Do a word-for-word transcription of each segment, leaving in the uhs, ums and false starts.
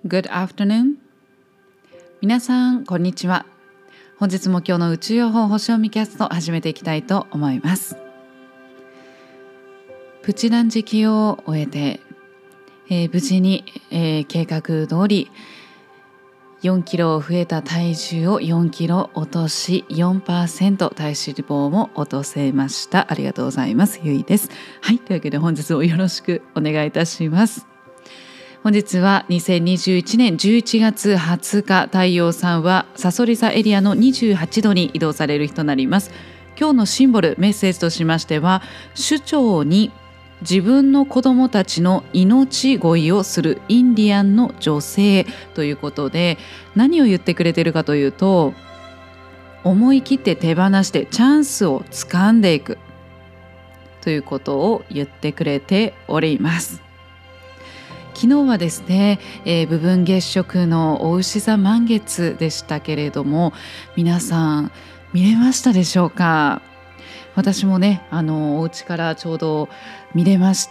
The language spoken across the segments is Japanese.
Good afternoon. 皆さんこんにちは。本日も今日の宇宙予報星読みキャスト始めていきたいと思います。プチ断食を終えて、えー、無事に、えー、計画通りよんキロ増えた体重をよんキロ落とし よんパーセント 体脂肪も落とせました。ありがとうございます。ゆいです。はい、というわけで本日もよろしくお願いいたします。本日はにせんにじゅういちねんじゅういちがつはつか、太陽さんはさそり座エリアのにじゅうはちどに移動される日となります。今日のシンボルメッセージとしましては、首長に自分の子供たちの命乞いをするインディアンの女性ということで、何を言ってくれているかというと、思い切って手放してチャンスを掴んでいくということを言ってくれております。昨日はですね、えー、部分月食のお牛座満月でしたけれども、皆さん見れましたでしょうか。私もね、あのお家からちょうど見れまして、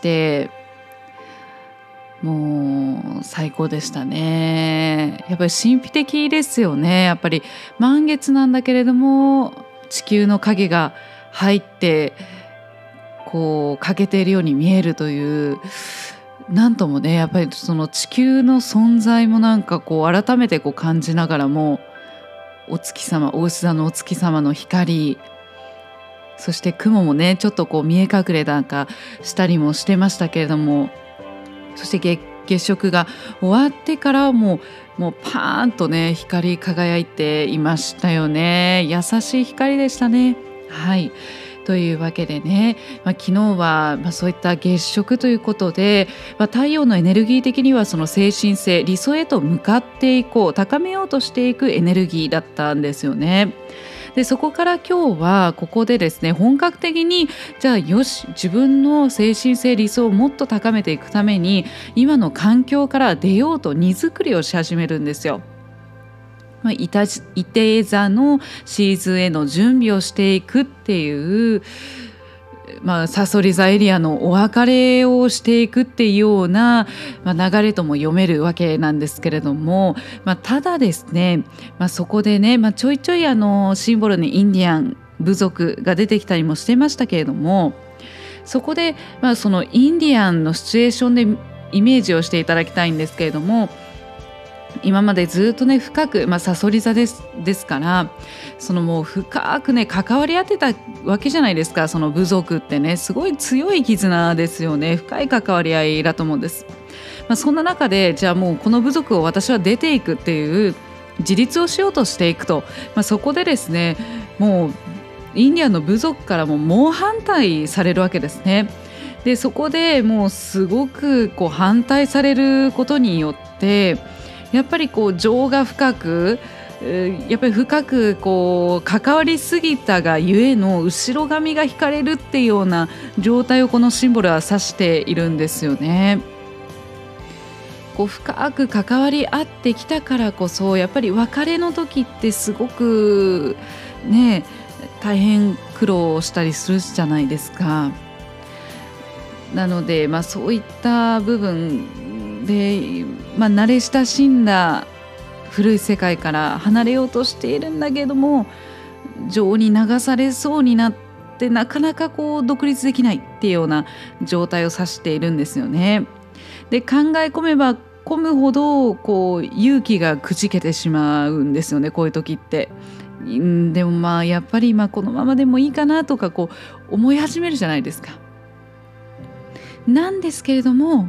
もう最高でしたね。やっぱり神秘的ですよね。やっぱり満月なんだけれども地球の影が入ってこう欠けているように見えるという、なんともね、やっぱりその地球の存在もなんかこう改めてこう感じながらも、お月様、お牛座のお月様の光、そして雲もねちょっとこう見え隠れなんかしたりもしてましたけれども、そして 月, 月食が終わってからももうパーンとね光り輝いていましたよね。優しい光でしたね。はい、というわけでね、まあ、昨日はまあそういった月食ということで、まあ、太陽のエネルギー的にはその精神性、理想へと向かっていこう、高めようとしていくエネルギーだったんですよね。でそこから今日はここでですね、本格的にじゃあよし、自分の精神性、理想をもっと高めていくために今の環境から出ようと荷造りをし始めるんですよ。いたいて座のシーズンへの準備をしていくっていう、まあ、さそり座エリアのお別れをしていくっていうような、まあ、流れとも読めるわけなんですけれども、まあ、ただですね、まあ、そこでね、まあ、ちょいちょいあのシンボルにインディアン部族が出てきたりもしてましたけれども、そこで、まあ、そのインディアンのシチュエーションでイメージをしていただきたいんですけれども、今までずっとね深く、まあ、さそり座です、ですからそのもう深くね関わり合ってたわけじゃないですか。その部族ってねすごい強い絆ですよね。深い関わり合いだと思うんです。まあ、そんな中でじゃあもうこの部族を私は出ていくっていう自立をしようとしていくと、まあ、そこでですねもうインディアンの部族からも猛反対されるわけですね。でそこでもうすごくこう反対されることによってやっぱりこう情が深くやっぱり深くこう関わりすぎたがゆえの後ろ髪が引かれるっていうような状態をこのシンボルは指しているんですよね。こう深く関わり合ってきたからこそやっぱり別れの時ってすごくね大変苦労したりするじゃないですか。なので、まあ、そういった部分で、まあ、慣れ親しんだ古い世界から離れようとしているんだけども、情に流されそうになってなかなかこう独立できないっていうような状態を指しているんですよね。で考え込めば込むほどこう勇気がくじけてしまうんですよね、こういう時って。でもまあやっぱり今このままでもいいかなとかこう思い始めるじゃないですか。なんですけれども、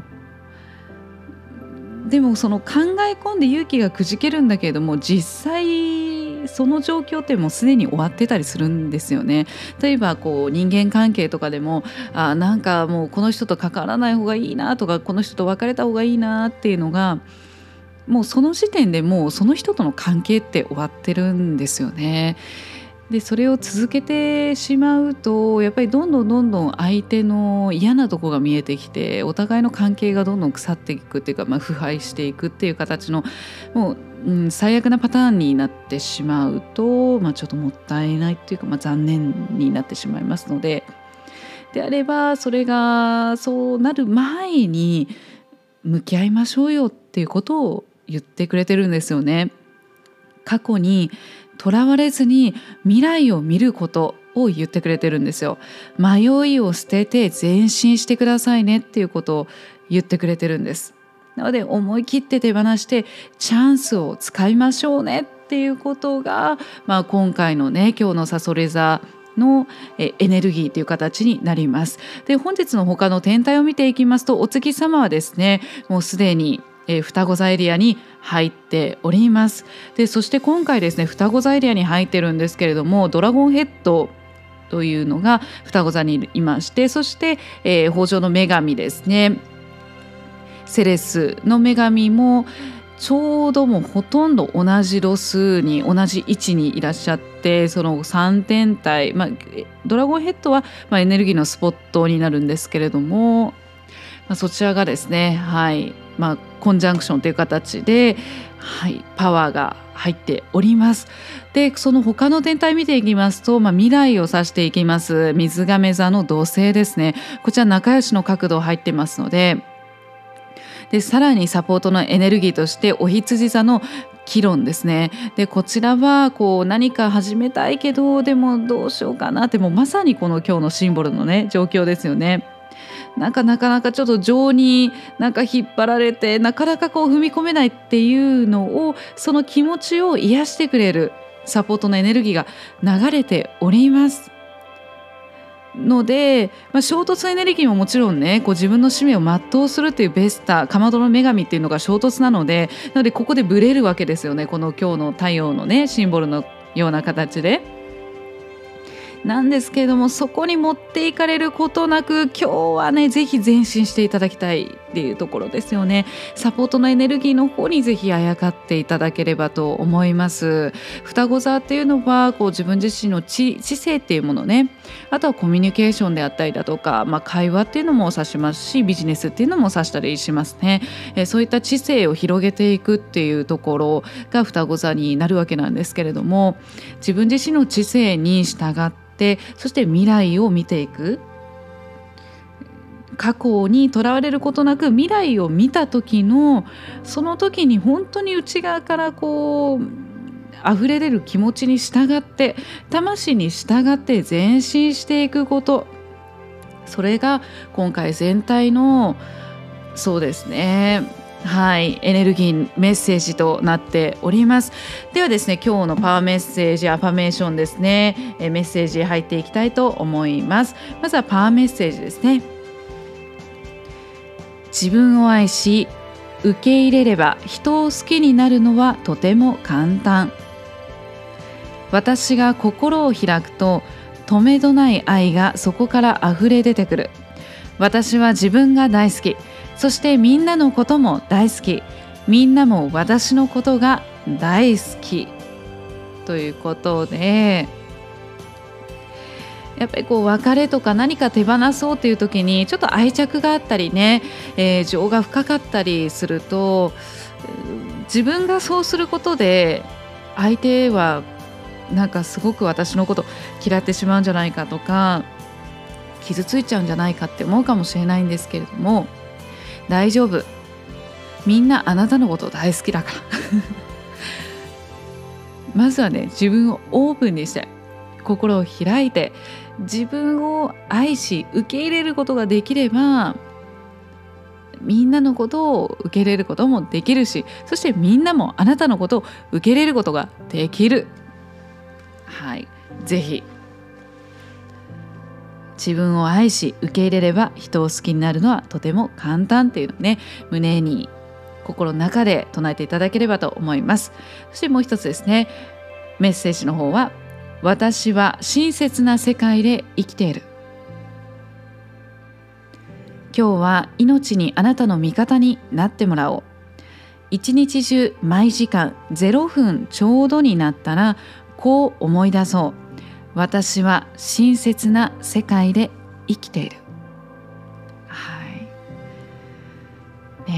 でもその考え込んで勇気がくじけるんだけれども、実際その状況ってもうすでに終わってたりするんですよね。例えばこう人間関係とかでも、あなんかもうこの人と関わらない方がいいなとか、この人と別れた方がいいなっていうのがもうその時点でもうその人との関係って終わってるんですよね。でそれを続けてしまうとやっぱりどんどんどんどん相手の嫌なとこが見えてきて、お互いの関係がどんどん腐っていくっていうか、まあ、腐敗していくっていう形のもう、うん、最悪なパターンになってしまうと、まあ、ちょっともったいないっていうか、まあ、残念になってしまいますので、であればそれがそうなる前に向き合いましょうよっていうことを言ってくれてるんですよね。過去にとらわれずに未来を見ることを言ってくれてるんですよ。迷いを捨てて前進してくださいねっていうことを言ってくれてるんです。なので思い切って手放してチャンスを使いましょうねっていうことが、まあ、今回のね今日のさそり座のエネルギーという形になります。で、本日の他の天体を見ていきますと、お月様はですねもうすでにえー、双子座エリアに入っております。で、そして今回ですね双子座エリアに入ってるんですけれども、ドラゴンヘッドというのが双子座にいまして、そして、えー、豊穣の女神ですね、セレスの女神もちょうどもうほとんど同じ度数に同じ位置にいらっしゃって、そのさん天体、まあ、ドラゴンヘッドは、まあ、エネルギーのスポットになるんですけれども、まあ、そちらがですね、はいまあ、コンジャンクションという形で、はい、パワーが入っております。で、その他の天体見ていきますと、まあ、未来を指していきます水亀座の土星ですね。こちら仲良しの角度入ってますので、でさらにサポートのエネルギーとしてお羊座のキロンですね。でこちらはこう何か始めたいけどでもどうしようかなって、もうまさにこの今日のシンボルのね状況ですよね。なんかなかなかちょっと情になんか引っ張られてなかなかこう踏み込めないっていうのを、その気持ちを癒してくれるサポートのエネルギーが流れておりますので、まあ、衝突エネルギーももちろんねこう自分の使命を全うするっていうベスターかまどの女神っていうのが衝突なので、なのでここでブレるわけですよね。この今日の太陽のねシンボルのような形でなんですけれども、そこに持っていかれることなく今日はねぜひ前進していただきたいっていうところですよね。サポートのエネルギーの方にぜひあやかっていただければと思います。双子座っていうのはこう自分自身の知、知性っていうものね、あとはコミュニケーションであったりだとか、まあ、会話っていうのも指しますし、ビジネスっていうのも指したりしますね。えー、そういった知性を広げていくっていうところが双子座になるわけなんですけれども、自分自身の知性に従ってでそして未来を見ていく、過去にとらわれることなく未来を見た時のその時に本当に内側からこう溢れ出る気持ちに従って、魂に従って前進していくこと、それが今回全体のそうですねはい、エネルギーメッセージとなっております。ではですね、今日のパワーメッセージアファメーションですね、えメッセージ入っていきたいと思います。まずはパワーメッセージですね。自分を愛し受け入れれば人を好きになるのはとても簡単。私が心を開くと止めどない愛がそこから溢れ出てくる。私は自分が大好き、そしてみんなのことも大好き、みんなも私のことが大好きということで、やっぱりこう別れとか何か手放そうという時にちょっと愛着があったりね、えー、情が深かったりすると、自分がそうすることで相手はなんかすごく私のこと嫌ってしまうんじゃないかとか傷ついちゃうんじゃないかって思うかもしれないんですけれども、大丈夫、みんなあなたのこと大好きだからまずはね自分をオープンにして心を開いて自分を愛し受け入れることができれば、みんなのことを受け入れることもできるし、そしてみんなもあなたのことを受け入れることができる。はい、ぜひ自分を愛し受け入れれば人を好きになるのはとても簡単っていうのをね、胸に心の中で唱えていただければと思います。そしてもう一つですね、メッセージの方は、私は親切な世界で生きている。今日は命にあなたの味方になってもらおう。一日中毎時間ゼロふんちょうどになったらこう思い出そう。私は親切な世界で生きている。はい。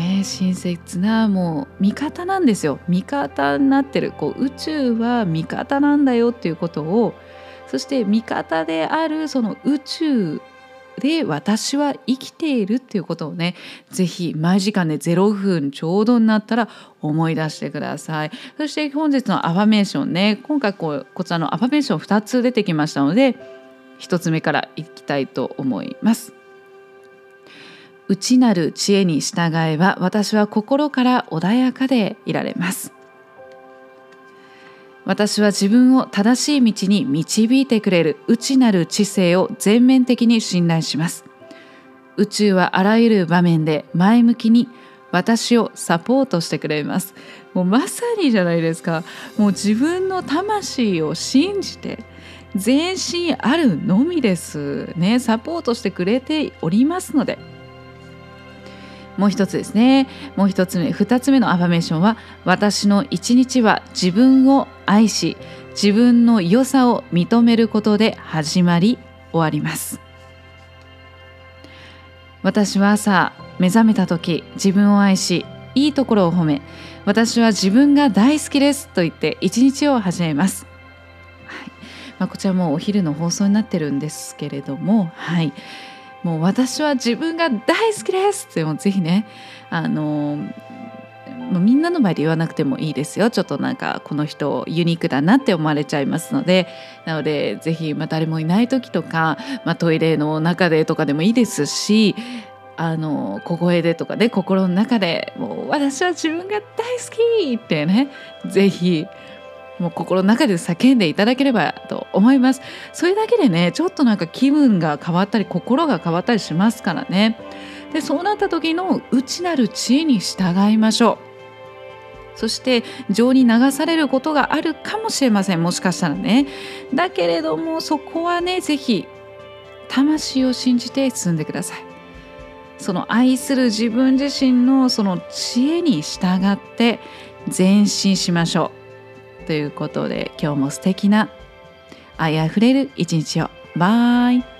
ねえ、親切なもう味方なんですよ。味方になってる。こう宇宙は味方なんだよっていうことを、そして味方であるその宇宙で私は生きているっていうことをね、ぜひ毎時間でゼロふんちょうどになったら思い出してください。そして本日のアファメーションね、今回こうこちらのアファメーションふたつ出てきましたので、ひとつめからいきたいと思います。内なる知恵に従えば私は心から穏やかでいられます。私は自分を正しい道に導いてくれる内なる知性を全面的に信頼します。宇宙はあらゆる場面で前向きに私をサポートしてくれます。もうまさにじゃないですか。もう自分の魂を信じて全身あるのみですね。サポートしてくれておりますので。もう一つですね。もう一つ目、二つ目のアファメーションは、私の一日は自分を愛し、自分の良さを認めることで始まり終わります。私は朝目覚めた時、自分を愛し、いいところを褒め、私は自分が大好きですと言って一日を始めます。はい。まあ、こちらもお昼の放送になってるんですけれども、はい。もう私は自分が大好きですってもうぜひね、あのもうみんなの前で言わなくてもいいですよ。ちょっとなんかこの人ユニークだなって思われちゃいますので、なのでぜひ、まあ、誰もいない時とか、まあ、トイレの中でとかでもいいですし、あの小声でとかね、心の中でもう私は自分が大好きってね、ぜひもう心の中で叫んでいただければと思います。それだけでね、ちょっとなんか気分が変わったり心が変わったりしますからね。でそうなった時の内なる知恵に従いましょう。そして情に流されることがあるかもしれません。もしかしたらね。だけれどもそこはね、ぜひ魂を信じて進んでください。その愛する自分自身のその知恵に従って前進しましょう。ということで、今日も素敵な愛あふれる一日を。バイ。